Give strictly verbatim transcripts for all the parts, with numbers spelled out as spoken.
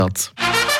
Platz.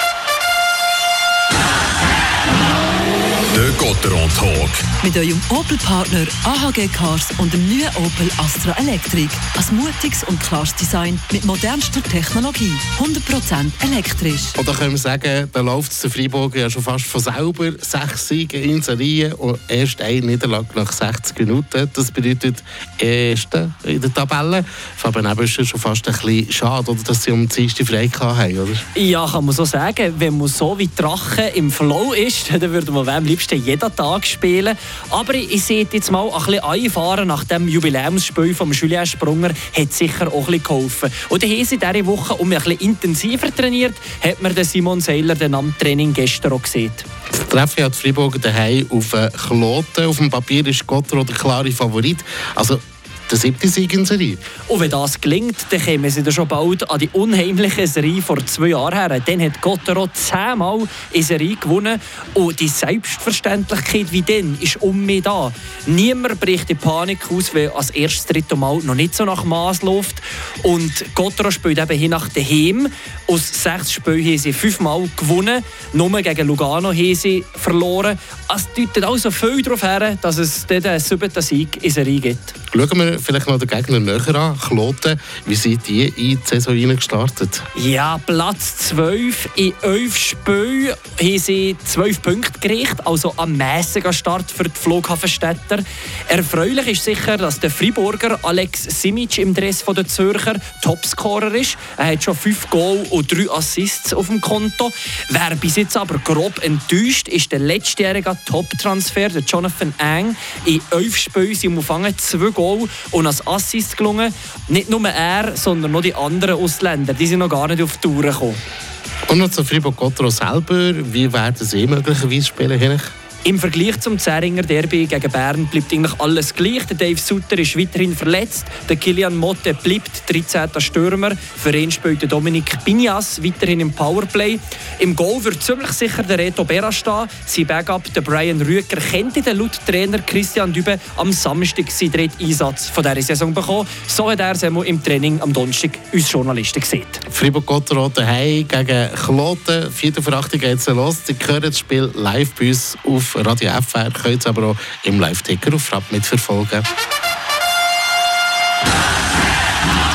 Der Gotteron-Talk. Mit eurem Opel-Partner A H G Cars und dem neuen Opel Astra Electric. Ein mutiges und klares Design mit modernster Technologie. hundert Prozent elektrisch. Und da können wir sagen, da läuft es der Freiburg ja schon fast von selber. Sechs Siege in Serie und erst eine Niederlage nach sechzig Minuten. Das bedeutet Erste in der Tabelle. Fabian Eber ist schon fast ein bisschen schade, oder, dass sie um die Dienstag frei haben, oder? Ja, kann man so sagen. Wenn man so wie Drache im Flow ist, dann würde man am liebsten jeden Tag spielen. Aber ich sehe jetzt mal ein bisschen einfahren nach dem Jubiläumsspiel von Julien Sprunger hat sicher auch ein bisschen geholfen. Und dann haben sie diese Woche um ein bisschen intensiver trainiert, hat man den Simon Seiler dann am Training gestern auch gesehen. Das Treffen hat Freiburg daheim auf Kloten. Auf dem Papier ist Gotteron der klare Favorit. Also der siebte Sieg in Serie. Und wenn das gelingt, dann kommen sie dann schon bald an die unheimliche Serie vor zwei Jahren her. Dann hat Gotteron zehnmal in Serie gewonnen. Und die Selbstverständlichkeit wie dann ist um mich da. Niemand bricht in Panik aus, weil als erstes dritte Mal noch nicht so nach Maß läuft. Und Gotteron spielt eben hin nach daheim. Aus sechs Spielen haben sie fünfmal gewonnen. Nur gegen Lugano haben sie verloren. Es deutet also viel darauf her, dass es dann einen siebten Sieg in Serie gibt. Schauen wir vielleicht noch den Gegner näher an. Kloten, wie sind die in die Saison gestartet? Ja, Platz zwölf in elf Spielen haben sie zwölf Punkte gekriegt, also ein mäßiger Start für die Flughafenstädter. Erfreulich ist sicher, dass der Freiburger Alex Simic im Dress der Zürcher Topscorer ist. Er hat schon fünf Goal und drei Assists auf dem Konto. Wer bis jetzt aber grob enttäuscht, ist der letztjährige Top-Transfer, der Jonathan Ang. In elf Spielen sind umfangen zwei Goal und als Assist gelungen. Nicht nur er, sondern noch die anderen Ausländer. Die sind noch gar nicht auf die Tour gekommen. Und noch zu Freiburg-Gotteron selber. Wie werden sie möglicherweise spielen? Im Vergleich zum Zähringer Derby gegen Bern bleibt eigentlich alles gleich. Der Dave Sutter ist weiterhin verletzt. Der Kilian Motte bleibt dreizehnter Stürmer. Für ihn spielt der Dominik Binias weiterhin im Powerplay. Im Goal wird ziemlich sicher der Reto Berra stehen. Sein Backup, der Brian Rüeger, könnte den laut Trainer Christian Dübe am Samstag seinen dritten Einsatz von dieser Saison bekommen. So hat er es im Training am Donnerstag uns Journalisten gesehen. Freiburg-Gotteron daheim gegen Kloten. vierte vor acht geht es los. Sie hören das Spiel live bei uns auf Radio F R, könnt ihr aber auch im Live-Ticker auf Frapp mitverfolgen.